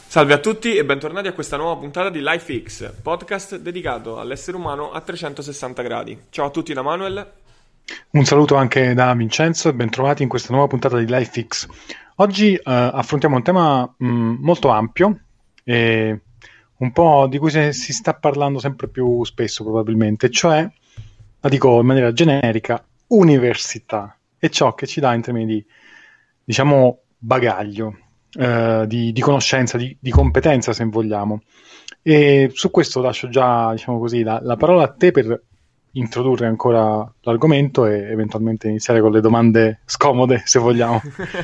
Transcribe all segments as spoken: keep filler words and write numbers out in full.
Salve a tutti e bentornati a questa nuova puntata di LifeX, podcast dedicato all'essere umano a trecentosessanta gradi. Ciao a tutti da Manuel. Un saluto anche da Vincenzo e bentrovati in questa nuova puntata di LifeX. Oggi eh, affrontiamo un tema mh, molto ampio e un po' di cui si, si sta parlando sempre più spesso probabilmente, cioè, la dico in maniera generica, università e ciò che ci dà in termini di, diciamo, bagaglio. Uh, di, di conoscenza, di, di competenza se vogliamo, e su questo lascio già, diciamo così, la, la parola a te per introdurre ancora l'argomento e eventualmente iniziare con le domande scomode se vogliamo.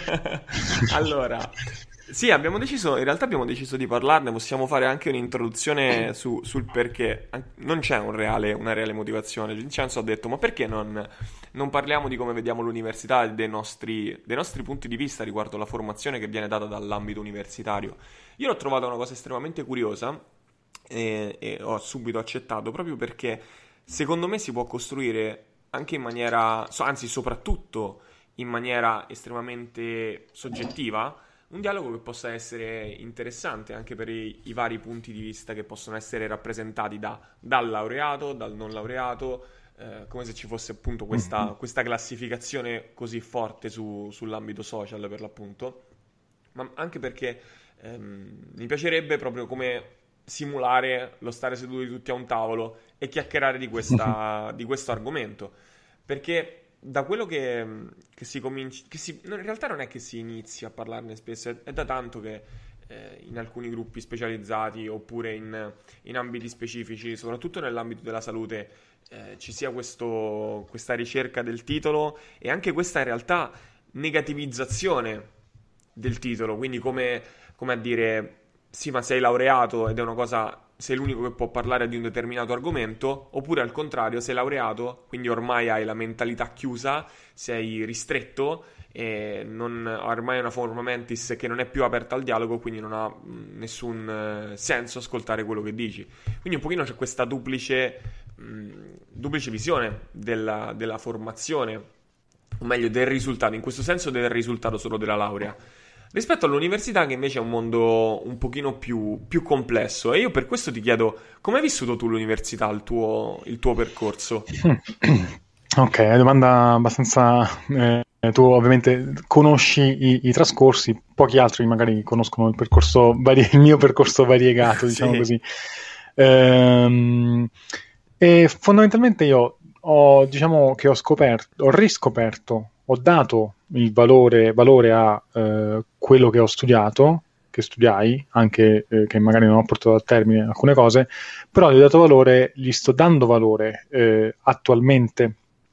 Allora, sì, abbiamo deciso, in realtà abbiamo deciso di parlarne, possiamo fare anche un'introduzione su, sul perché. Non c'è un reale, una reale motivazione. Vincenzo ha detto, ma perché non, non parliamo di come vediamo l'università e dei nostri, dei nostri punti di vista riguardo la formazione che viene data dall'ambito universitario? Io l'ho trovata una cosa estremamente curiosa e, e ho subito accettato, proprio perché secondo me si può costruire anche in maniera, anzi soprattutto in maniera estremamente soggettiva, un dialogo che possa essere interessante anche per i, i vari punti di vista che possono essere rappresentati da, dal laureato, dal non laureato, eh, come se ci fosse appunto questa, questa classificazione così forte su, sull'ambito social per l'appunto, ma anche perché ehm, mi piacerebbe proprio come simulare lo stare seduti tutti a un tavolo e chiacchierare di, questa, di questo argomento, perché da quello che, che si comincia, che si, in realtà non è che si inizi a parlarne spesso, è, è da tanto che eh, in alcuni gruppi specializzati oppure in, in ambiti specifici, soprattutto nell'ambito della salute, eh, ci sia questo, questa ricerca del titolo e anche questa in realtà negativizzazione del titolo, quindi come, come a dire, sì, ma sei laureato ed è una cosa, sei l'unico che può parlare di un determinato argomento, oppure al contrario, sei laureato, quindi ormai hai la mentalità chiusa, sei ristretto e non, ormai è una forma mentis che non è più aperta al dialogo, quindi non ha mh, nessun uh, senso ascoltare quello che dici. Quindi un pochino c'è questa duplice, mh, duplice visione della, della formazione, o meglio del risultato, in questo senso del risultato solo della laurea, rispetto all'università, che invece è un mondo un pochino più, più complesso. E io per questo ti chiedo, come hai vissuto tu l'università, il tuo, il tuo percorso? Ok, è una domanda abbastanza... Eh, tu ovviamente conosci i, i trascorsi, pochi altri magari conoscono il percorso vari- il mio percorso variegato, diciamo Sì. così. Ehm, e fondamentalmente io ho, diciamo che ho scoperto, ho riscoperto, ho dato il valore, valore a eh, quello che ho studiato, che studiai, anche eh, che magari non ho portato a termine alcune cose, però gli ho dato valore, gli sto dando valore eh, attualmente,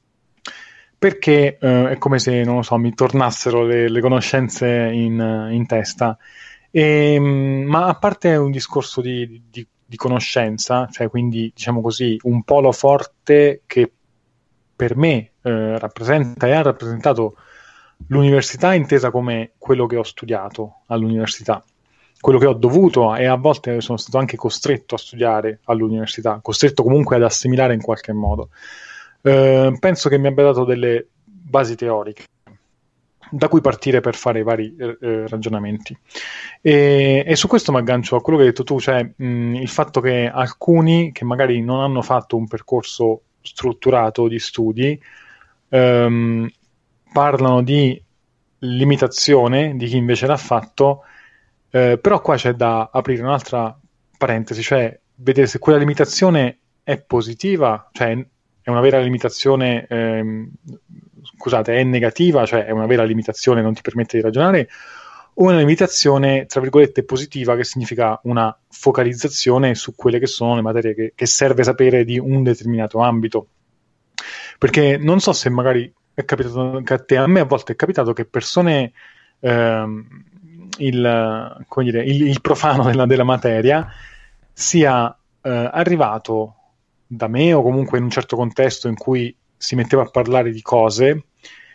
perché eh, è come se, non lo so, mi tornassero le, le conoscenze in, in testa. E, ma a parte un discorso di, di, di conoscenza, cioè quindi, diciamo così, un polo forte che per me eh, rappresenta e ha rappresentato l'università intesa come quello che ho studiato all'università, quello che ho dovuto e a volte sono stato anche costretto a studiare all'università, costretto comunque ad assimilare in qualche modo. Eh, penso che mi abbia dato delle basi teoriche da cui partire per fare i vari eh, ragionamenti. E, e su questo mi aggancio a quello che hai detto tu, cioè mh, il fatto che alcuni che magari non hanno fatto un percorso strutturato di studi ehm, parlano di limitazione di chi invece l'ha fatto, eh, però qua c'è da aprire un'altra parentesi, cioè vedere se quella limitazione è positiva, cioè è una vera limitazione, ehm, scusate, è negativa, cioè è una vera limitazione, non ti permette di ragionare, o una limitazione, tra virgolette, positiva, che significa una focalizzazione su quelle che sono le materie che, che serve sapere di un determinato ambito. Perché non so se magari è capitato anche a te, a me a volte è capitato che persone, ehm, il, come dire, il, il profano della, della materia sia eh, arrivato da me o comunque in un certo contesto in cui si metteva a parlare di cose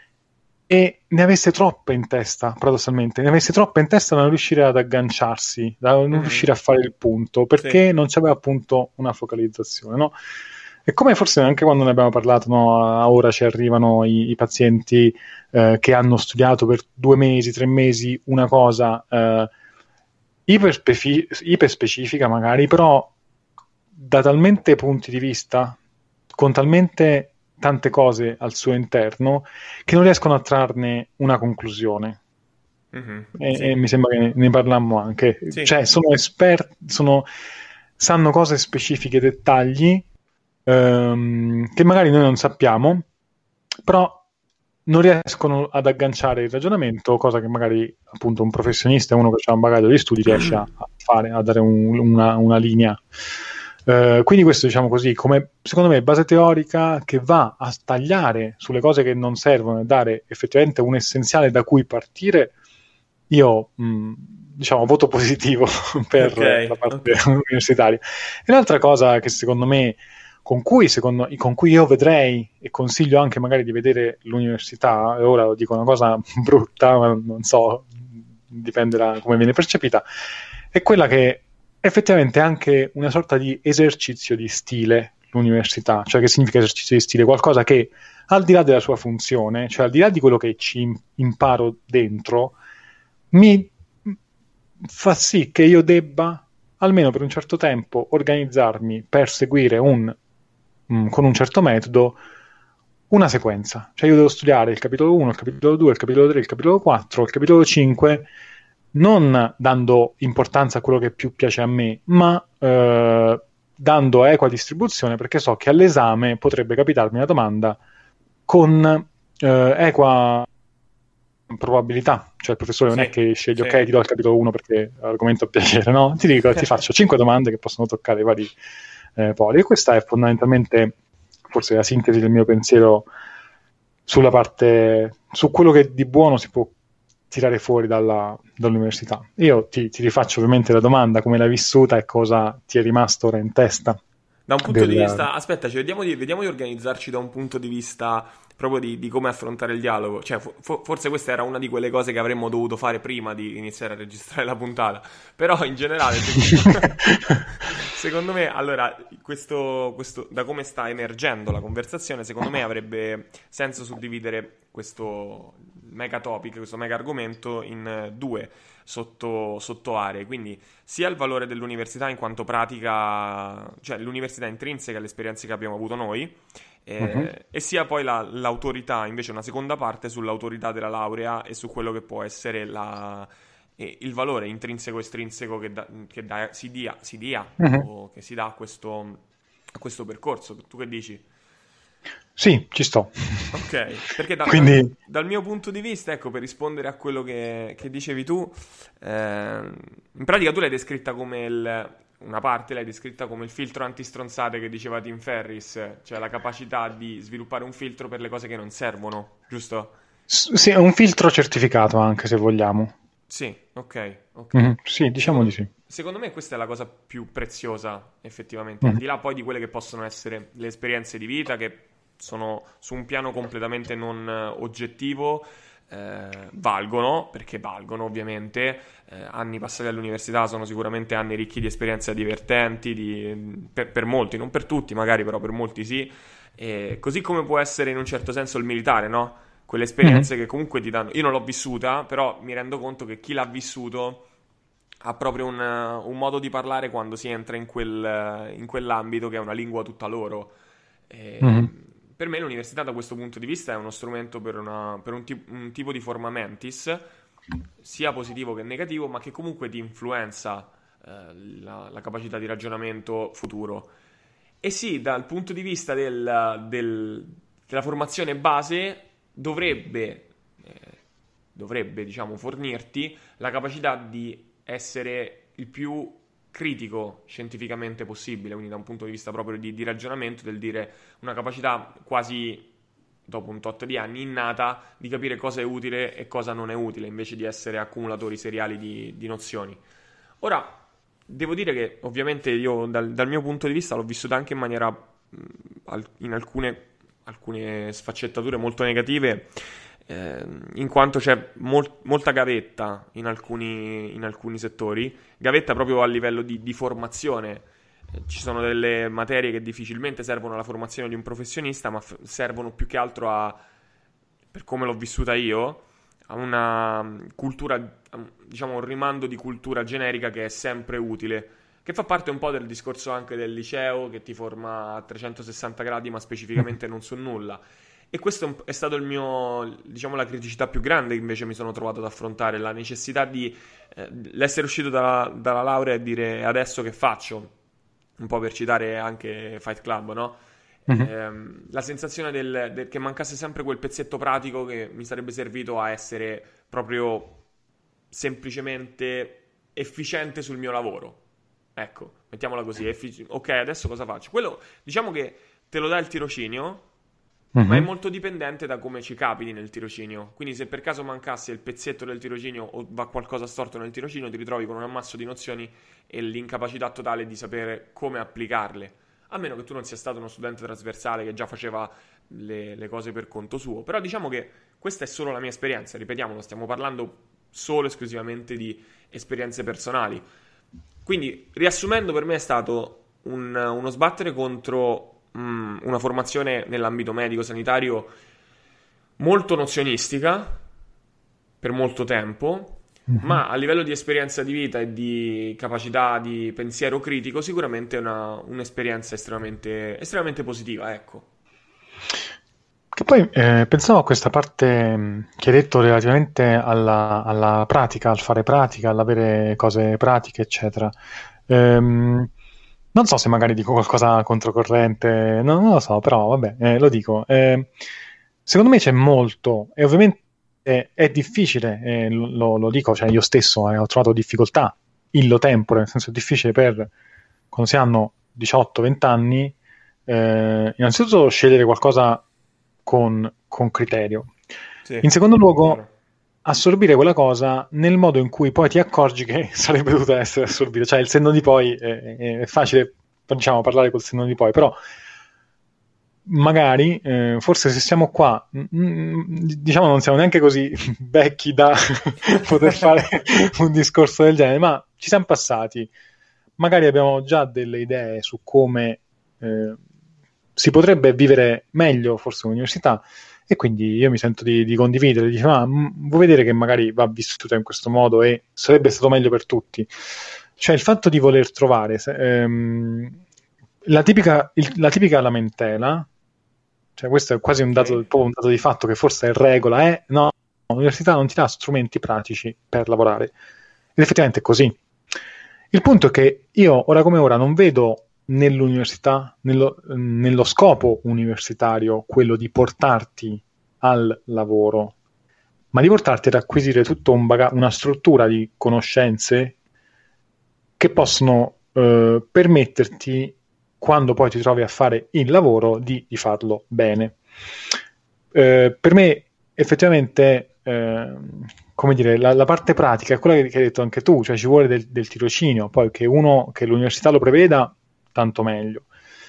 e ne avesse troppe in testa, paradossalmente, ne avesse troppe in testa da non riuscire ad agganciarsi, da non mm-hmm. riuscire a fare il punto, perché sì. non c'aveva appunto una focalizzazione, no? E come forse anche quando ne abbiamo parlato, no, a ora ci arrivano i, i pazienti eh, che hanno studiato per due mesi, tre mesi una cosa, eh, iperspefi- iperspecifica magari, però da talmente punti di vista, con talmente tante cose al suo interno, che non riescono a trarne una conclusione. Mhm, E, sì, e mi sembra che ne parlammo anche. sì, Cioè, sono esperti, sono, sanno cose specifiche, dettagli ehm, che magari noi non sappiamo, però non riescono ad agganciare il ragionamento, cosa che magari appunto un professionista, uno che ha un bagaglio di studi, riesce a, a fare, a dare un- una, una linea. Eh, quindi questo, diciamo così, come secondo me base teorica che va a tagliare sulle cose che non servono e dare effettivamente un essenziale da cui partire, io mh, diciamo voto positivo per ok, la parte ok. universitaria. E l'altra cosa che secondo me con cui, secondo, con cui io vedrei e consiglio anche magari di vedere l'università, e ora dico una cosa brutta, ma non so, dipende da come viene percepita, è quella che effettivamente è anche una sorta di esercizio di stile l'università, cioè che significa esercizio di stile? Qualcosa che al di là della sua funzione, cioè al di là di quello che ci imparo dentro, mi fa sì che io debba, almeno per un certo tempo, organizzarmi per seguire un, mh, con un certo metodo una sequenza. Cioè io devo studiare il capitolo uno, il capitolo due, il capitolo tre, il capitolo quattro, il capitolo cinque, non dando importanza a quello che più piace a me, ma eh, dando equa distribuzione, perché so che all'esame potrebbe capitarmi una domanda con eh, equa probabilità, cioè il professore non è Sì, che sceglie, sì. ok, ti do il capitolo uno perché argomento a piacere, no? Ti dico, ti faccio cinque domande che possono toccare i vari eh, poli, e questa è fondamentalmente forse la sintesi del mio pensiero sulla parte, su quello che di buono si può tirare fuori dalla, dall'università. Io ti, ti rifaccio ovviamente la domanda, come l'hai vissuta e cosa ti è rimasto ora in testa Da un punto di del... vista, aspetta, ci vediamo di, vediamo di organizzarci da un punto di vista proprio di, di come affrontare il dialogo. Cioè, fo- forse questa era una di quelle cose che avremmo dovuto fare prima di iniziare a registrare la puntata. Però in generale, secondo, secondo me, allora, questo, questo, da come sta emergendo la conversazione, secondo me avrebbe senso suddividere questo mega topic, questo mega argomento in eh, due sotto, sotto aree. Quindi sia il valore dell'università in quanto pratica, cioè l'università intrinseca alle esperienze che abbiamo avuto noi, Mhm. eh, e sia poi la- l'autorità, invece una seconda parte sull'autorità della laurea e su quello che può essere la- eh, il valore intrinseco e estrinseco che, da- che da- si dia, si dia Mhm. o che si dà a questo, a questo percorso. Tu che dici? Sì, ci sto. Ok, perché da- dal, Quindi dal mio punto di vista, ecco, per rispondere a quello che, che dicevi tu, ehm, in pratica tu l'hai descritta come il, una parte l'hai descritta come il filtro antistronzate che diceva Tim Ferriss, cioè la capacità di sviluppare un filtro per le cose che non servono, giusto? S- sì, è un filtro certificato anche se vogliamo. Sì, ok, ok. Mhm. Sì, diciamo di Secondo, sì. secondo me questa è la cosa più preziosa, effettivamente, al Mhm. di là poi di quelle che possono essere le esperienze di vita, che sono su un piano completamente non eh, oggettivo, eh, valgono, perché valgono ovviamente, eh, anni passati all'università sono sicuramente anni ricchi di esperienze divertenti, di- per, per molti, non per tutti magari, però per molti sì. E così come può essere in un certo senso il militare, no? Quelle Mhm. esperienze che comunque ti danno. Io non l'ho vissuta, però mi rendo conto che chi l'ha vissuto ha proprio un, un modo di parlare quando si entra in, quel, in quell'ambito che è una lingua tutta loro. E Mhm. per me l'università da questo punto di vista è uno strumento per, una- per un, ti- un tipo di forma mentis, sia positivo che negativo, ma che comunque ti influenza eh, la, la capacità di ragionamento futuro. E sì, dal punto di vista del- del- della formazione base dovrebbe, eh, dovrebbe, diciamo, fornirti la capacità di essere il più critico scientificamente possibile, quindi da un punto di vista proprio di, di ragionamento, del dire una capacità quasi dopo un tot di anni innata di capire cosa è utile e cosa non è utile, invece di essere accumulatori seriali di, di nozioni. Ora, devo dire che ovviamente io dal, dal mio punto di vista l'ho vissuta anche in maniera, mh, al- in alcune, alcune sfaccettature molto negative, eh, in quanto c'è mol- molta gavetta in alcuni, in alcuni settori, gavetta proprio a livello di, di formazione. Eh, Ci sono delle materie che difficilmente servono alla formazione di un professionista, ma f- servono più che altro a, per come l'ho vissuta io, a una mm, cultura diciamo un rimando di cultura generica che è sempre utile, che fa parte un po' del discorso anche del liceo, che ti forma a trecentosessanta gradi ma specificamente non su nulla. E questo è, un, è stato il mio, diciamo, la criticità più grande che invece mi sono trovato ad affrontare, la necessità di eh, l'essere uscito dalla, dalla laurea e dire adesso che faccio, un po' per citare anche Fight Club, no? Mm-hmm. Ehm, la sensazione del, del, che mancasse sempre quel pezzetto pratico che mi sarebbe servito a essere proprio semplicemente efficiente sul mio lavoro. Ecco, mettiamola così, effic- ok, adesso cosa faccio? Quello, diciamo che te lo dà il tirocinio, mm-hmm. ma è molto dipendente da come ci capiti nel tirocinio. Quindi se per caso mancasse il pezzetto del tirocinio o va qualcosa storto nel tirocinio, ti ritrovi con un ammasso di nozioni e l'incapacità totale di sapere come applicarle. A meno che tu non sia stato uno studente trasversale che già faceva le, le cose per conto suo. Però diciamo che questa è solo la mia esperienza, ripetiamolo, stiamo parlando solo e esclusivamente di esperienze personali. Quindi, riassumendo, per me è stato un, uno sbattere contro mh, una formazione nell'ambito medico-sanitario molto nozionistica per molto tempo, mm-hmm. ma a livello di esperienza di vita e di capacità di pensiero critico sicuramente è una, un'esperienza estremamente, estremamente positiva, ecco. Che poi eh, pensavo a questa parte che hai detto relativamente alla, alla pratica, al fare pratica, all'avere cose pratiche, eccetera. Ehm, non so se magari dico qualcosa controcorrente, no, non lo so, però vabbè, eh, lo dico. Eh, secondo me c'è molto, e ovviamente è, è difficile, eh, lo, lo dico, cioè io stesso eh, ho trovato difficoltà illo tempore, nel senso è difficile per, quando si hanno diciotto venti anni, eh, innanzitutto scegliere qualcosa Con, con criterio. Sì, in secondo luogo, vero. Assorbire quella cosa nel modo in cui poi ti accorgi che sarebbe dovuta essere assorbita. Cioè, il senno di poi è, è facile, diciamo, parlare col senno di poi, però magari, eh, forse se siamo qua, mh, diciamo, non siamo neanche così vecchi da poter fare un discorso del genere, ma ci siamo passati. Magari abbiamo già delle idee su come eh, si potrebbe vivere meglio forse l'università, e quindi io mi sento di, di condividere, dice, ma vuoi vedere che magari va vissuta in questo modo e sarebbe stato meglio per tutti. Cioè il fatto di voler trovare ehm, la, tipica, il, la tipica lamentela, cioè questo è quasi un dato, okay. proprio un dato di fatto che forse è regola, è no, l'università non ti dà strumenti pratici per lavorare, ed effettivamente è così. Il punto è che io ora come ora non vedo nell'università, nello, nello scopo universitario, quello di portarti al lavoro, ma di portarti ad acquisire tutta un baga- una struttura di conoscenze che possono eh, permetterti, quando poi ti trovi a fare il lavoro, di, di farlo bene. Eh, per me, effettivamente, eh, come dire, la, la parte pratica è quella che, che hai detto anche tu, cioè ci vuole del, del tirocinio, poi che uno, che l'università lo preveda, tanto meglio.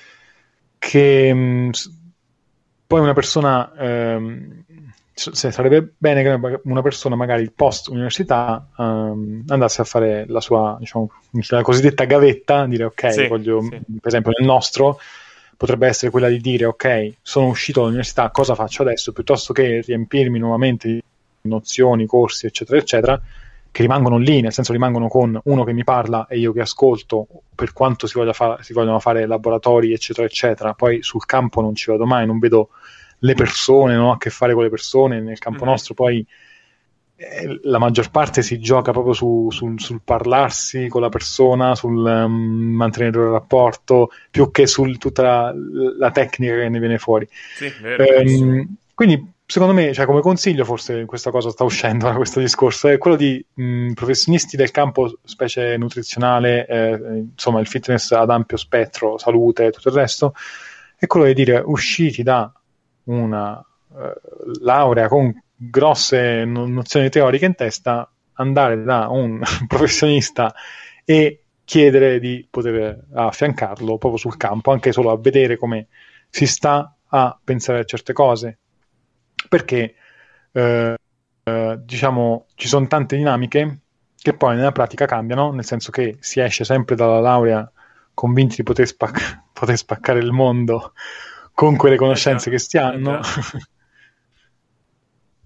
Che mh, poi una persona ehm, se sarebbe bene che una persona magari post università ehm, andasse a fare la sua, diciamo, la cosiddetta gavetta, dire ok, sì, voglio, sì. Per esempio nel nostro potrebbe essere quella di dire ok, sono uscito dall'università, cosa faccio adesso, piuttosto che riempirmi nuovamente di nozioni, corsi, eccetera, eccetera, che rimangono lì, nel senso rimangono con uno che mi parla e io che ascolto, per quanto si, voglia fa- si vogliono fare laboratori, eccetera, eccetera. Poi sul campo non ci vado mai, non vedo le persone, non ho a che fare con le persone. Nel campo mm-hmm. nostro poi eh, la maggior parte si gioca proprio su, sul, sul parlarsi con la persona, sul um, mantenere il rapporto, più che su tutta la, la tecnica che ne viene fuori. Sì, vero, ehm, quindi secondo me, cioè, come consiglio, forse questa cosa sta uscendo da questo discorso, è quello di mh, professionisti del campo, specie nutrizionale, eh, insomma il fitness ad ampio spettro, salute e tutto il resto, è quello di dire, usciti da una eh, laurea con grosse no- nozioni teoriche in testa, andare da un professionista e chiedere di poter affiancarlo proprio sul campo, anche solo a vedere come si sta a pensare a certe cose. Perché eh, eh, diciamo ci sono tante dinamiche che poi nella pratica cambiano, nel senso che si esce sempre dalla laurea convinti di poter, spac- poter spaccare il mondo con quelle conoscenze eh già, che si hanno,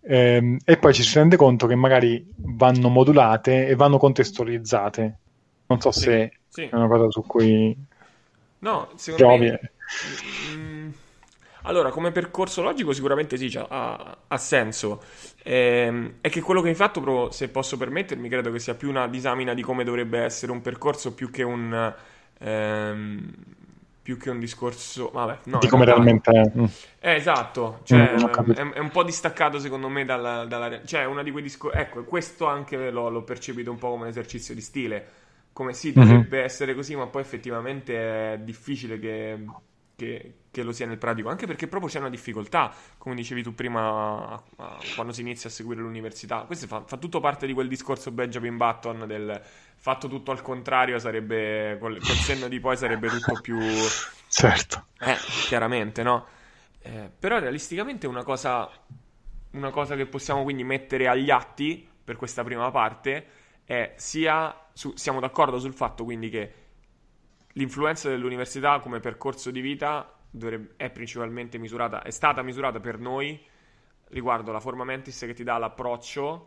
Ehm, e poi ci si rende conto che magari vanno modulate e vanno contestualizzate. Non so Sì, se sì. è una cosa su cui No, secondo trovi. me... mm, allora, come percorso logico sicuramente sì, cioè, ha, ha senso. Ehm, è che quello che hai fatto, proprio, se posso permettermi, credo che sia più una disamina di come dovrebbe essere un percorso più che un... ehm, più che un discorso... Vabbè, no, Di in come realtà... realmente è. Mm. Eh, esatto, cioè, Mm, ho ehm, capito. è, è un po' distaccato secondo me dalla, dalla re- cioè, una di quei discorsi... Ecco, questo anche l'ho, l'ho percepito un po' come un esercizio di stile. Come sì, Mhm. dovrebbe essere così, ma poi effettivamente è difficile che, che- che lo sia nel pratico, anche perché proprio c'è una difficoltà, come dicevi tu prima, a- a- quando si inizia a seguire l'università. Questo fa, fa tutto parte di quel discorso Benjamin Button del fatto tutto al contrario, sarebbe, col, col senno di poi sarebbe tutto più... Certo. Eh, chiaramente, no? Eh, però realisticamente una cosa, una cosa che possiamo quindi mettere agli atti per questa prima parte è sia su- siamo d'accordo sul fatto quindi che l'influenza dell'università come percorso di vita dovrebbe- è principalmente misurata, è stata misurata per noi riguardo la forma mentis che ti dà l'approccio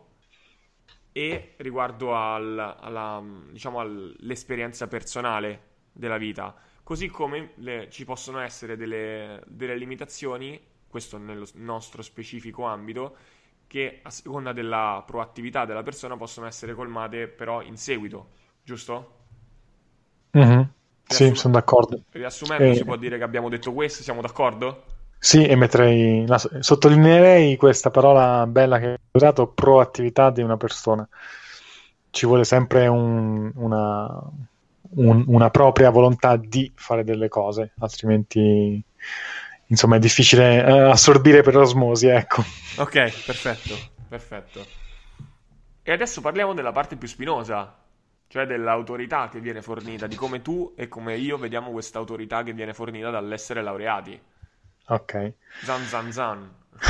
e riguardo al- alla, diciamo, all'esperienza personale della vita. Così come le- ci possono essere delle, delle limitazioni, questo nello s- nostro specifico ambito, che a seconda della proattività della persona possono essere colmate però in seguito, giusto? Mhm. Sì, Riassume- sono d'accordo. riassumendo, si E, può dire che abbiamo detto questo, siamo d'accordo? sì, e metterei, la- sottolineerei questa parola bella che hai usato, proattività di una persona. Ci vuole sempre un- una, un- una propria volontà di fare delle cose, altrimenti, insomma, è difficile eh, assorbire per osmosi, ecco. Ok, perfetto, perfetto. E adesso parliamo della parte più spinosa, cioè dell'autorità che viene fornita, di come tu e come io vediamo questa autorità che viene fornita dall'essere laureati. Ok. Zan zan zan.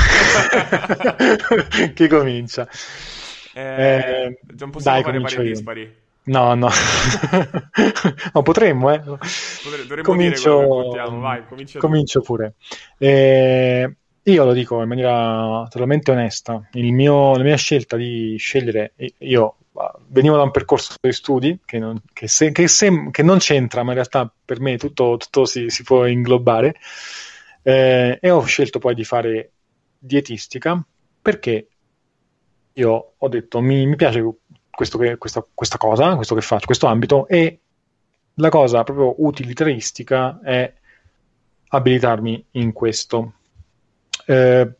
Chi comincia? Eh, Eh, non possiamo dai, fare pari e comincio io. dispari. No, no. No, potremmo, eh. Potre- dovremmo dire quello che puntiamo. Comincio, Vai, comincia tu. comincio pure. Eh, io lo dico in maniera totalmente onesta. Il mio- la mia scelta di scegliere, io ah, venivo da un percorso di studi che non, che se- che sem- che non c'entra, ma in realtà per me tutto, tutto si, si può inglobare. Eh, e ho scelto poi di fare dietistica perché io ho detto mi, mi piace questo che- questa, questa cosa, questo che faccio, questo ambito, e la cosa proprio utilitaristica è abilitarmi in questo. Eh,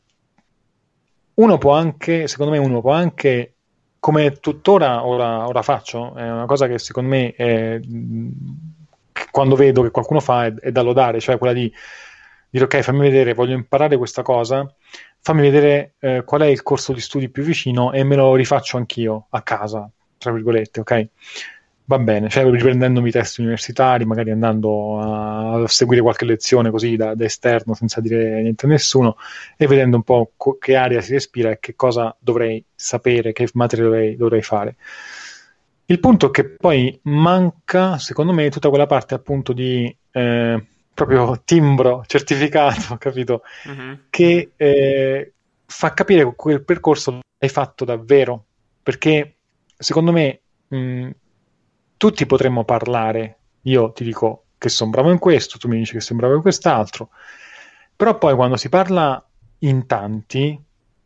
uno può anche, secondo me, uno può anche, come tuttora ora, ora faccio, è una cosa che secondo me è, mh, quando vedo che qualcuno fa è, è da lodare, cioè quella di dire ok, fammi vedere, voglio imparare questa cosa, fammi vedere eh, qual è il corso di studi più vicino e me lo rifaccio anch'io a casa, tra virgolette, ok? Va bene, cioè riprendendomi i test universitari, magari andando a, a seguire qualche lezione così da, da esterno senza dire niente a nessuno e vedendo un po' co- che aria si respira e che cosa dovrei sapere, che materia dovrei, dovrei fare. Il punto è che poi manca, secondo me, tutta quella parte appunto di eh, proprio timbro, certificato, capito? Mhm. Che eh, fa capire che quel percorso l'hai fatto davvero. Perché secondo me mh, tutti potremmo parlare. Io ti dico che sono bravo in questo, tu mi dici che sei bravo in quest'altro. Però poi quando si parla in tanti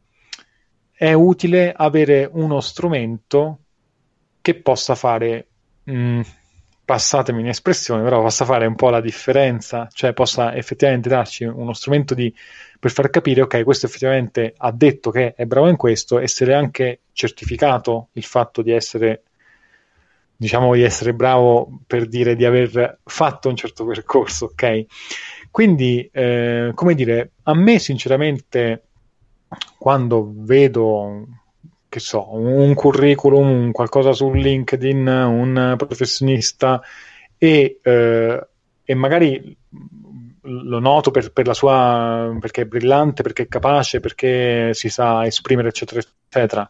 è utile avere uno strumento che possa fare, mh, passatemi un'espressione, però possa fare un po' la differenza, cioè possa effettivamente darci uno strumento di, per far capire, ok, questo effettivamente ha detto che è bravo in questo e se l'è anche certificato il fatto di essere, diciamo, di essere bravo per dire di aver fatto un certo percorso, ok? Quindi, eh, come dire, a me sinceramente, quando vedo, che so, un curriculum, un qualcosa su LinkedIn, un professionista e, eh, e magari lo noto per, per la sua, perché è brillante, perché è capace, perché si sa esprimere, eccetera, eccetera.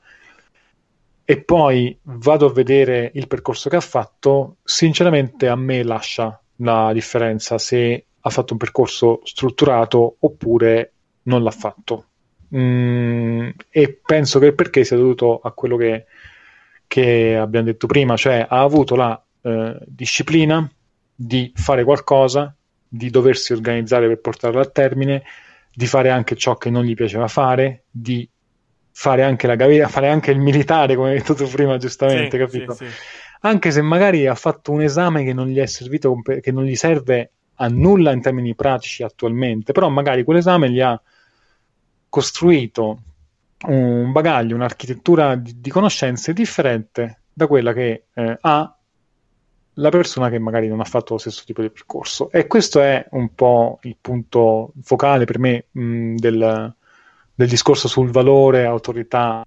E poi vado a vedere il percorso che ha fatto, sinceramente a me lascia la differenza se ha fatto un percorso strutturato oppure non l'ha fatto. Mm, e penso che il perché sia dovuto a quello che, che abbiamo detto prima, cioè ha avuto la eh, disciplina di fare qualcosa, di doversi organizzare per portarlo a termine, di fare anche ciò che non gli piaceva fare, di fare anche la gavetta, fare anche il militare, come hai detto tu prima, giustamente, Sì, sì, capito? sì. Anche se magari ha fatto un esame che non gli è servito, che non gli serve a nulla in termini pratici attualmente, però magari quell'esame gli ha costruito un bagaglio, un'architettura di, di conoscenze differente da quella che eh, ha la persona che magari non ha fatto lo stesso tipo di percorso. E questo è un po' il punto focale per me mh, del, del discorso sul valore autorità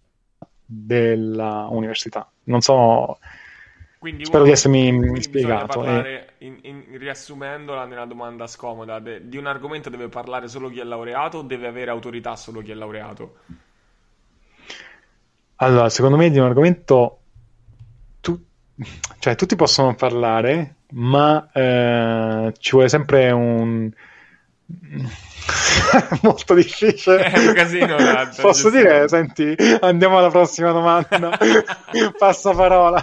della università. Non so, Quindi spero di uno, essermi quindi bisogna spiegato. E... parlare, in, in- riassumendola nella domanda scomoda, de- di un argomento deve parlare solo chi è laureato o deve avere autorità solo chi è laureato? Allora, secondo me di un argomento tu- cioè, tutti possono parlare, ma eh, ci vuole sempre un... molto difficile. È un casino, tanto, Posso giusto? dire, senti, andiamo alla prossima domanda. Passa parola.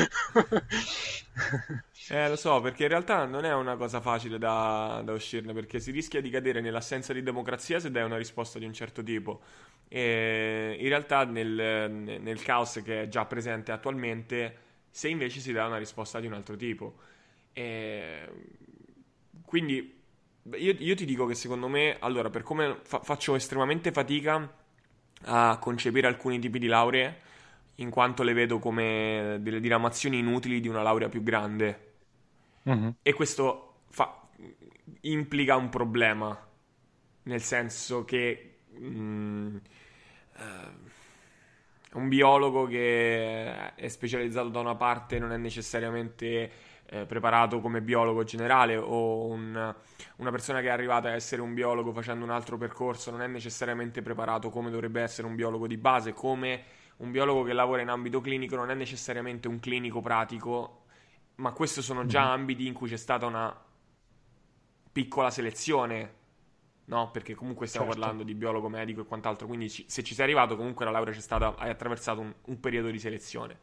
Eh, lo so, perché in realtà non è una cosa facile da, da uscirne, perché si rischia di cadere nell'assenza di democrazia se dai una risposta di un certo tipo. E in realtà nel, nel caos che è già presente attualmente, se invece si dà una risposta di un altro tipo. E quindi io, io ti dico che secondo me, allora, per come fa- faccio estremamente fatica a concepire alcuni tipi di lauree, in quanto le vedo come delle diramazioni inutili di una laurea più grande. Mhm. E questo fa- implica un problema, nel senso che mh, eh, un biologo che è specializzato da una parte non è necessariamente eh, preparato come biologo generale, o un- una persona che è arrivata a essere un biologo facendo un altro percorso non è necessariamente preparato come dovrebbe essere un biologo di base, come un biologo che lavora in ambito clinico non è necessariamente un clinico pratico, ma questi sono già Mhm. ambiti in cui c'è stata una piccola selezione, no? Perché comunque stiamo Certo. parlando di biologo medico e quant'altro, quindi ci- se ci sei arrivato comunque la laurea c'è stata, hai attraversato un, un periodo di selezione.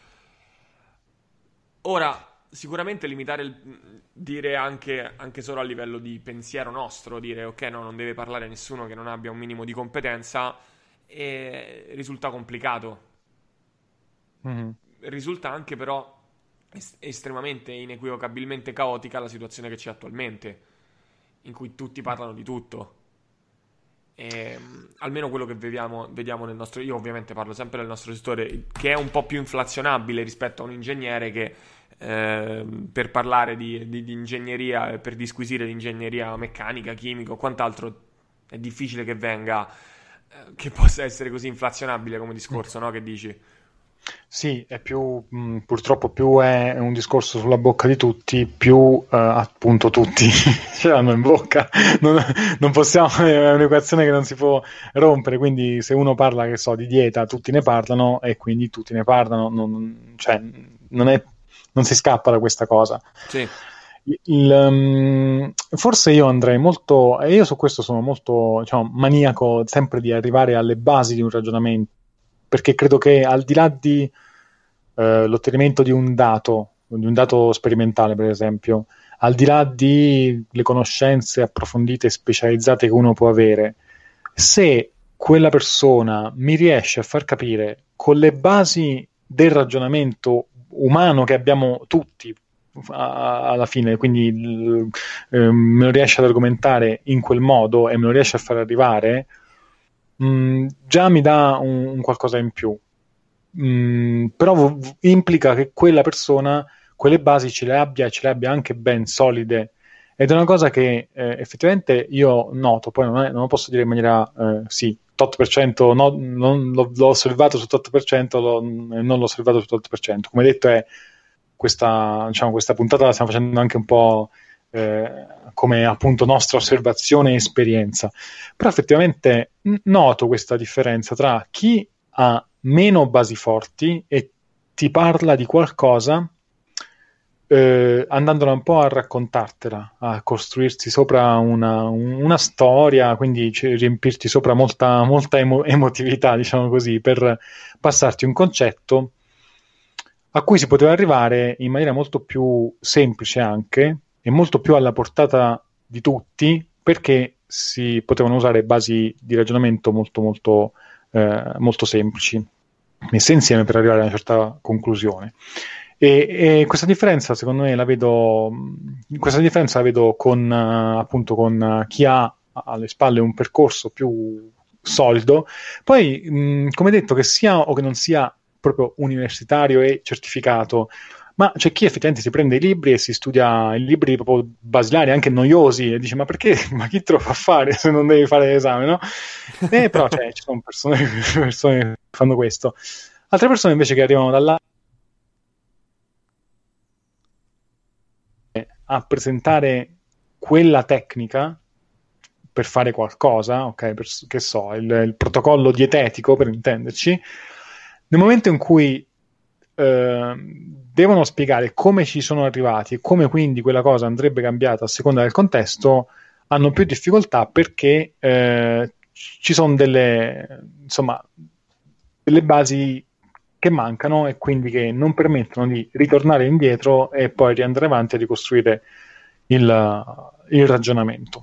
Ora, sicuramente limitare il dire anche, anche solo a livello di pensiero nostro, dire ok, no, non deve parlare nessuno che non abbia un minimo di competenza, eh, risulta complicato. Mhm. Risulta anche però est- estremamente, inequivocabilmente caotica la situazione che c'è attualmente, in cui tutti parlano di tutto. E, mh, almeno quello che vediamo, vediamo nel nostro... Io ovviamente parlo sempre del nostro settore, che è un po' più inflazionabile rispetto a un ingegnere che eh, per parlare di, di- di ingegneria e per disquisire di ingegneria meccanica, chimica o quant'altro è difficile che venga, eh, che possa essere così inflazionabile come discorso, no? Che dici? Sì, è più, mh, purtroppo più è un discorso sulla bocca di tutti, più eh, appunto tutti ce l'hanno in bocca. Non, non possiamo, è un'equazione che non si può rompere, quindi se uno parla, che so, di dieta, tutti ne parlano e quindi tutti ne parlano, non, cioè, non è, non si scappa da questa cosa. Sì, Il, um, forse io andrei molto, e io su questo sono molto, diciamo, maniaco sempre di arrivare alle basi di un ragionamento, perché credo che al di là di eh, l'ottenimento di un dato, di un dato sperimentale per esempio, al di là di le conoscenze approfondite e specializzate che uno può avere, se quella persona mi riesce a far capire con le basi del ragionamento umano che abbiamo tutti a- alla fine, quindi il- eh, me lo riesce ad argomentare in quel modo e me lo riesce a far arrivare, mh, già mi dà un, un qualcosa in più. Mm, però v- v- implica che quella persona quelle basi ce le abbia e ce le abbia anche ben solide. Ed è una cosa che eh, effettivamente io noto, poi non, è- non lo posso dire in maniera eh, sì, otto per cento no, non, l'ho, l'ho osservato su otto per cento, l'ho- non l'ho osservato su otto per cento. Come detto, è questa, diciamo, questa puntata la stiamo facendo anche un po' eh, come appunto nostra osservazione e esperienza. Però effettivamente n- noto questa differenza tra chi ha meno basi forti e ti parla di qualcosa eh, andandola un po' a raccontartela, a costruirsi sopra una, una storia, quindi c- riempirti sopra molta, molta emo- emotività, diciamo così, per passarti un concetto a cui si poteva arrivare in maniera molto più semplice anche e molto più alla portata di tutti, perché si potevano usare basi di ragionamento molto molto, eh, molto semplici messe insieme per arrivare a una certa conclusione. E, e questa differenza, secondo me, la vedo, questa differenza la vedo con, eh, appunto, con eh, chi ha alle spalle un percorso più solido. Poi, mh, come detto, che sia o che non sia proprio universitario e certificato, ma c'è chi effettivamente si prende i libri e si studia i libri proprio basilari, anche noiosi, e dice: ma perché? Ma chi te lo fa fare se non devi fare l'esame, no? E però cioè, ci sono persone, persone che fanno questo. Altre persone invece che arrivano da là a presentare quella tecnica per fare qualcosa, ok? Per, che so, il, il protocollo dietetico, per intenderci, nel momento in cui eh, devono spiegare come ci sono arrivati e come quindi quella cosa andrebbe cambiata a seconda del contesto, hanno più difficoltà perché eh, ci sono delle, insomma, delle basi che mancano e quindi che non permettono di ritornare indietro e poi riandare avanti a ricostruire il, il ragionamento.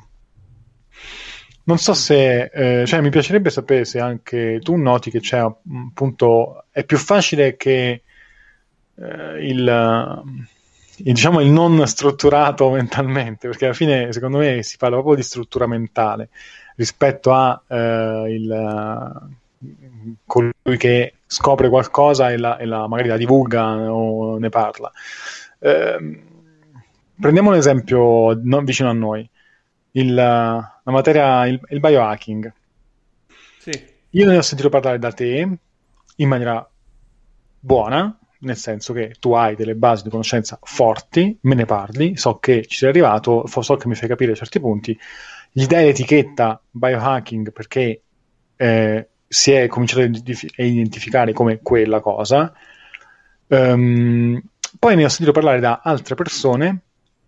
Non so se, eh, cioè mi piacerebbe sapere se anche tu noti che c'è appunto, è più facile che eh, il, il, diciamo, il non strutturato mentalmente, perché alla fine secondo me si parla proprio di struttura mentale rispetto a eh, il, colui che scopre qualcosa e la, e la magari la divulga o ne parla. Eh, prendiamo un esempio non vicino a noi, il, la materia, il, il biohacking. Sì. Io ne ho sentito parlare da te in maniera buona, nel senso che tu hai delle basi di conoscenza forti, me ne parli, so che ci sei arrivato, so che mi fai capire certi punti, gli dai l'etichetta biohacking perché eh, si è cominciato a identificare come quella cosa. Um, poi ne ho sentito parlare da altre persone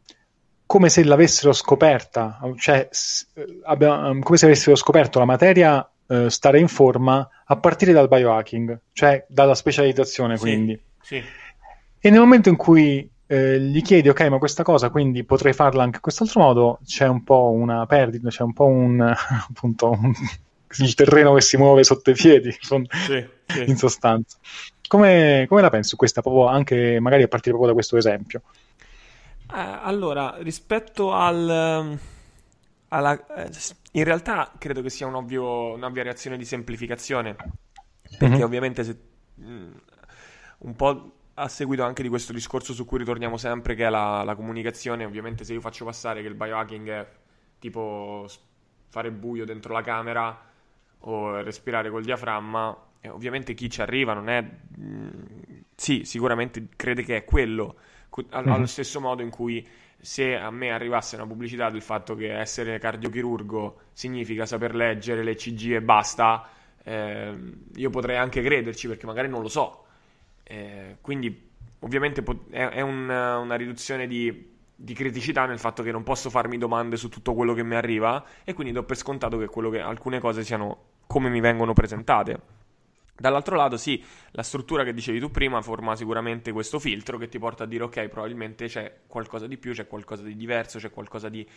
come se l'avessero scoperta, cioè abbia, come se avessero scoperto la materia eh, stare in forma a partire dal biohacking, cioè dalla specializzazione Sì, quindi. sì. E nel momento in cui eh, gli chiedi, ok, ma questa cosa quindi potrei farla anche in quest'altro modo, c'è un po' una perdita, c'è un po' un, appunto, un, il terreno che si muove sotto i piedi, Sì, sì. in sostanza. Come, come la pensi su questa, proprio anche magari a partire proprio da questo esempio? Eh, allora, rispetto al, ehm, alla, eh, s- in realtà credo che sia un ovvio, un'ovvia reazione di semplificazione, perché Mhm. ovviamente se, mh, un po' a seguito anche di questo discorso su cui ritorniamo sempre, che è la, la comunicazione, ovviamente se io faccio passare che il biohacking è tipo s- fare buio dentro la camera o respirare col diaframma, e ovviamente chi ci arriva non è... mh, sì, sicuramente crede che è quello, cu- al- allo Mhm. stesso modo in cui se a me arrivasse una pubblicità del fatto che essere cardiochirurgo significa saper leggere le E C G e basta, ehm, io potrei anche crederci perché magari non lo so. Eh, quindi ovviamente po- è, è un- una riduzione di, di criticità nel fatto che non posso farmi domande su tutto quello che mi arriva e quindi do per scontato che, quello che alcune cose siano come mi vengono presentate. Dall'altro lato, sì, la struttura che dicevi tu prima forma sicuramente questo filtro che ti porta a dire ok, probabilmente c'è qualcosa di più, c'è qualcosa di diverso, c'è qualcosa di,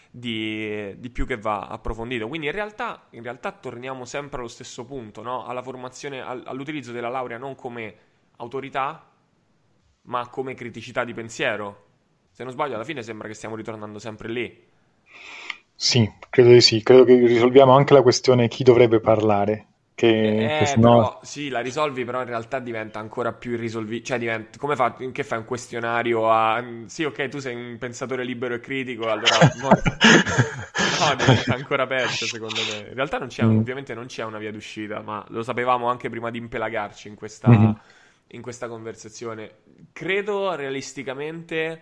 di- di più che va approfondito. Quindi in realtà, in realtà torniamo sempre allo stesso punto, no? Alla formazione, al- all'utilizzo della laurea non come autorità, ma come criticità di pensiero. Se non sbaglio, alla fine sembra che stiamo ritornando sempre lì. Sì, credo di sì. Credo che risolviamo anche la questione chi dovrebbe parlare, che, che Eh, eh, sennò... però sì, la risolvi, però in realtà diventa ancora più irrisolvibile. Cioè, diventa, come fa, che fai un questionario a... Sì, ok, tu sei un pensatore libero e critico, allora... mo- No, diventa ancora peggio, secondo me. In realtà non c'è, Mm. ovviamente non c'è una via d'uscita, ma lo sapevamo anche prima di impelagarci in Mhm. questa, in questa conversazione. Credo realisticamente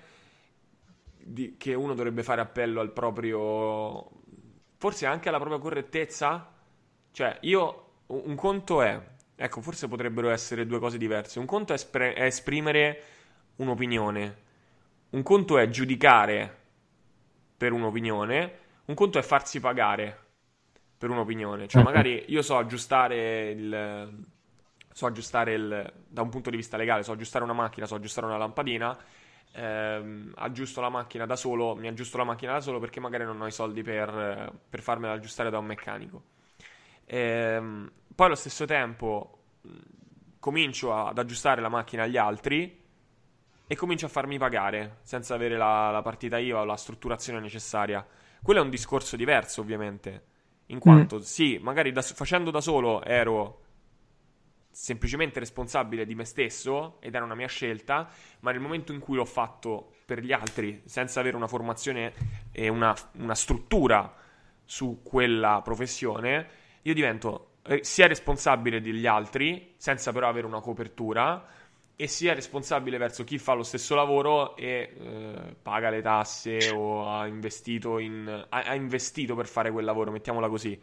di- che uno dovrebbe fare appello al proprio... forse anche alla propria correttezza. Cioè, io... Un un conto è... Ecco, forse potrebbero essere due cose diverse. Un conto è, espre- è esprimere un'opinione. un conto è giudicare per un'opinione, un conto è farsi pagare per un'opinione. Cioè, magari io so aggiustare il... so aggiustare il... da un punto di vista legale, so aggiustare una macchina, so aggiustare una lampadina, ehm, aggiusto la macchina da solo, mi aggiusto la macchina da solo perché magari non ho i soldi per, per farmela aggiustare da un meccanico. Ehm, poi allo stesso tempo comincio ad aggiustare la macchina agli altri e comincio a farmi pagare senza avere la, la partita I V A o la strutturazione necessaria. Quello è un discorso diverso, ovviamente, in quanto sì, magari da, facendo da solo ero semplicemente responsabile di me stesso ed era una mia scelta, ma nel momento in cui l'ho fatto per gli altri senza avere una formazione e una, una struttura su quella professione, io divento sia responsabile degli altri senza però avere una copertura, e sia responsabile verso chi fa lo stesso lavoro e eh, paga le tasse o ha investito in ha, ha investito per fare quel lavoro, mettiamola così.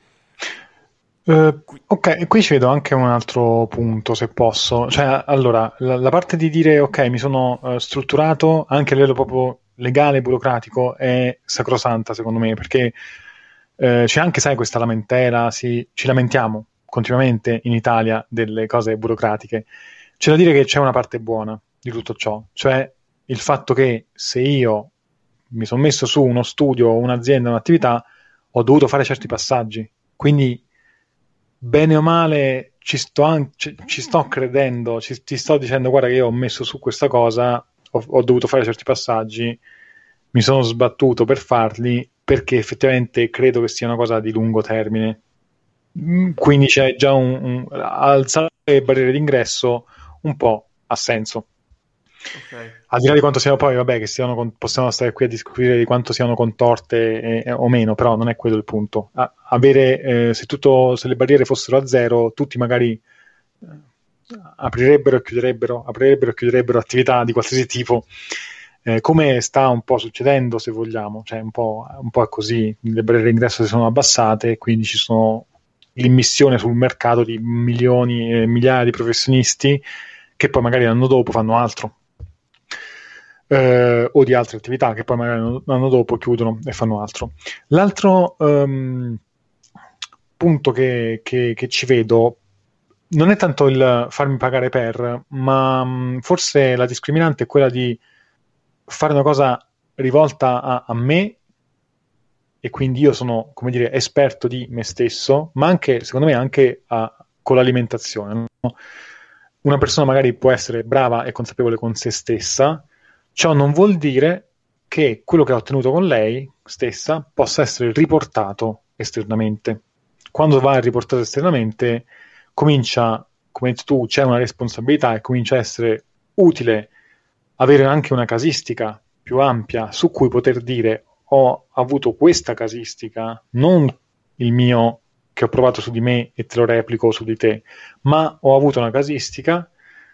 Uh, ok, qui ci vedo anche un altro punto, se posso. Cioè, allora, la, la parte di dire ok, mi sono uh, strutturato anche a livello proprio legale e burocratico è sacrosanta, secondo me, perché uh, c'è anche, sai, questa lamentela, si, ci lamentiamo continuamente in Italia delle cose burocratiche. C'è da dire che c'è una parte buona di tutto ciò, cioè il fatto che se io mi sono messo su uno studio, un'azienda, un'attività, ho dovuto fare certi passaggi, quindi bene o male ci sto, an- ci, ci sto credendo, ci, ti sto dicendo guarda che io ho messo su questa cosa, ho, ho dovuto fare certi passaggi, mi sono sbattuto per farli perché effettivamente credo che sia una cosa di lungo termine. Quindi c'è già un, un alzare le barriere d'ingresso un po' ha senso. Okay. Al di là di quanto siano poi, vabbè, che siano con, possiamo stare qui a discutere di quanto siano contorte eh, o meno, però non è quello il punto. A, avere, eh, se, tutto, se le barriere fossero a zero, tutti magari eh, aprirebbero e chiuderebbero, aprirebbero e chiuderebbero attività di qualsiasi tipo, eh, come sta un po' succedendo, se vogliamo, cioè un po', un po' è così, le barriere d'ingresso si sono abbassate, quindi ci sono l'immissione sul mercato di milioni e migliaia di professionisti che poi magari l'anno dopo fanno altro, eh, o di altre attività che poi magari l'anno dopo chiudono e fanno altro. L'altro um, punto che, che, che ci vedo non è tanto il farmi pagare per, ma um, forse la discriminante è quella di fare una cosa rivolta a, a me, e quindi io sono, come dire, esperto di me stesso, ma anche, secondo me, anche a, con l'alimentazione, no? Una persona magari può essere brava e consapevole con se stessa, ciò non vuol dire che quello che ha ottenuto con lei stessa possa essere riportato esternamente. Quando va riportato esternamente, comincia, come hai detto tu, c'è una responsabilità e comincia a essere utile avere anche una casistica più ampia su cui poter dire ho avuto questa casistica, non il mio che ho provato su di me e te lo replico su di te, ma ho avuto una casistica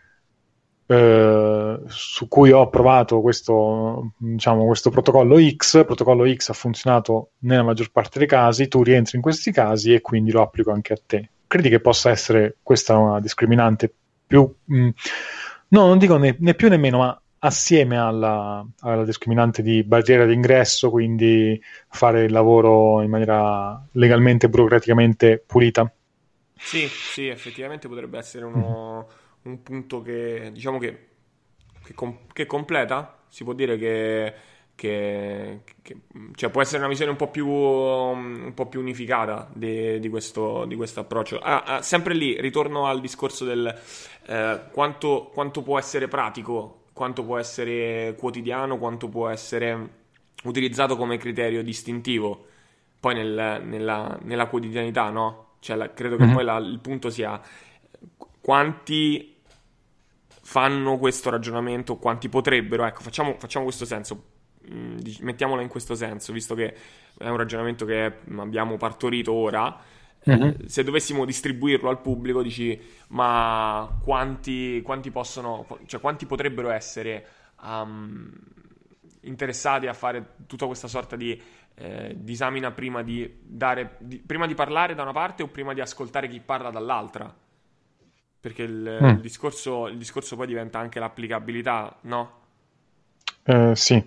eh, su cui ho provato questo, diciamo, questo protocollo X, protocollo X ha funzionato nella maggior parte dei casi, tu rientri in questi casi e quindi lo applico anche a te. Credi che possa essere questa una discriminante più, mh, no, non dico né, né più né meno, ma assieme alla, alla discriminante di barriera d'ingresso, quindi fare il lavoro in maniera legalmente e burocraticamente pulita? Sì, sì, effettivamente potrebbe essere uno, un punto che, diciamo che, che, com- che completa, si può dire che, che- che- cioè può essere una visione un po' più, um, un po' più unificata di, di questo, di questo approccio. Ah, ah, sempre lì, ritorno al discorso del eh, quanto, quanto può essere pratico, quanto può essere quotidiano, quanto può essere utilizzato come criterio distintivo poi nel- nella, nella quotidianità, no? Cioè, la- credo che Mm-hmm. poi la- il punto sia quanti fanno questo ragionamento, quanti potrebbero, ecco, facciamo, facciamo questo senso, mm, dic- mettiamola in questo senso, visto che è un ragionamento che abbiamo partorito ora, Mm-hmm. eh, se dovessimo distribuirlo al pubblico, dici, ma quanti, quanti possono, cioè quanti potrebbero essere um, interessati a fare tutta questa sorta di eh, disamina prima di dare, di- prima di parlare da una parte o prima di ascoltare chi parla dall'altra? Perché il, il Mm. discorso, il discorso poi diventa anche l'applicabilità, no? Eh, sì.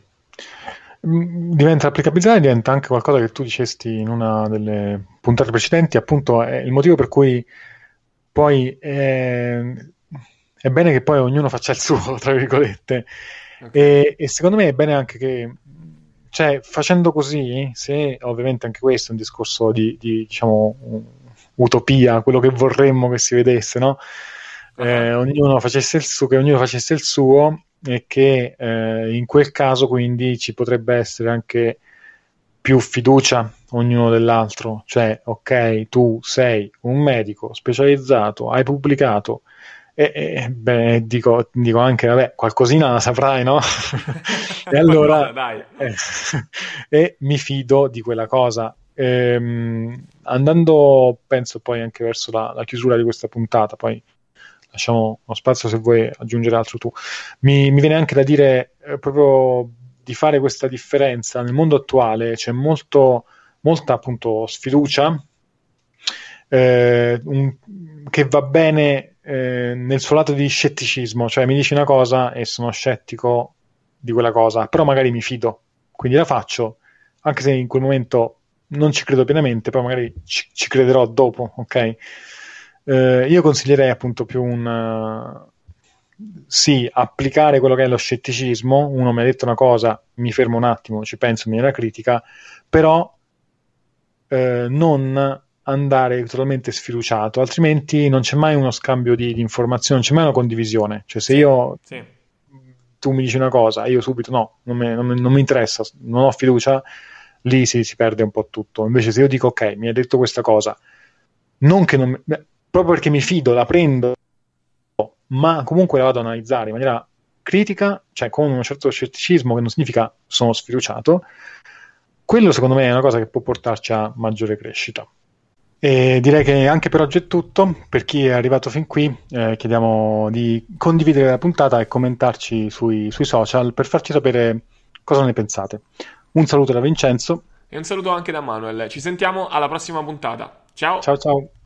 Mm, diventa applicabilità e diventa anche qualcosa che tu dicesti in una delle puntate precedenti, appunto è il motivo per cui poi è, è bene che poi ognuno faccia il suo, tra virgolette, Ok. e, e secondo me è bene anche che, cioè, facendo così, se ovviamente anche questo è un discorso di, di, diciamo, utopia, quello che vorremmo che si vedesse, no? Eh, Ah, ognuno facesse il suo, che ognuno facesse il suo e che eh, in quel caso quindi ci potrebbe essere anche più fiducia ognuno dell'altro, cioè ok, tu sei un medico specializzato, hai pubblicato e, e beh, dico, dico anche, vabbè, qualcosina la saprai, no? E allora qualcosa, dai. eh, e mi fido di quella cosa. Ehm, andando, penso poi anche verso la, la chiusura di questa puntata, poi lasciamo uno spazio se vuoi aggiungere altro tu. Mi, mi viene anche da dire eh, proprio di fare questa differenza. Nel mondo attuale c'è molto, molta appunto sfiducia eh, un- che va bene eh, nel suo lato di scetticismo, cioè mi dici una cosa e sono scettico di quella cosa, però magari mi fido, quindi la faccio, anche se in quel momento non ci credo pienamente, poi magari ci, ci crederò dopo, ok? Eh, io consiglierei appunto più un eh, sì, applicare quello che è lo scetticismo. Uno mi ha detto una cosa, mi fermo un attimo, ci penso in maniera critica, però eh, non andare totalmente sfiduciato, altrimenti non c'è mai uno scambio di, di informazioni, non c'è mai una condivisione. Cioè, se Sì, io sì. tu mi dici una cosa, io subito no, non mi, non mi- non mi interessa, non ho fiducia, lì si, si perde un po' tutto. Invece, se io dico ok, mi hai detto questa cosa, non che non, beh, proprio perché mi fido, la prendo, ma comunque la vado ad analizzare in maniera critica, cioè con un certo scetticismo, che non significa sono sfiduciato, quello secondo me è una cosa che può portarci a maggiore crescita. E direi che anche per oggi è tutto. Per chi è arrivato fin qui, eh, chiediamo di condividere la puntata e commentarci sui, sui social per farci sapere cosa ne pensate. Un saluto da Vincenzo. E un saluto anche da Manuel. Ci sentiamo alla prossima puntata. Ciao! Ciao ciao.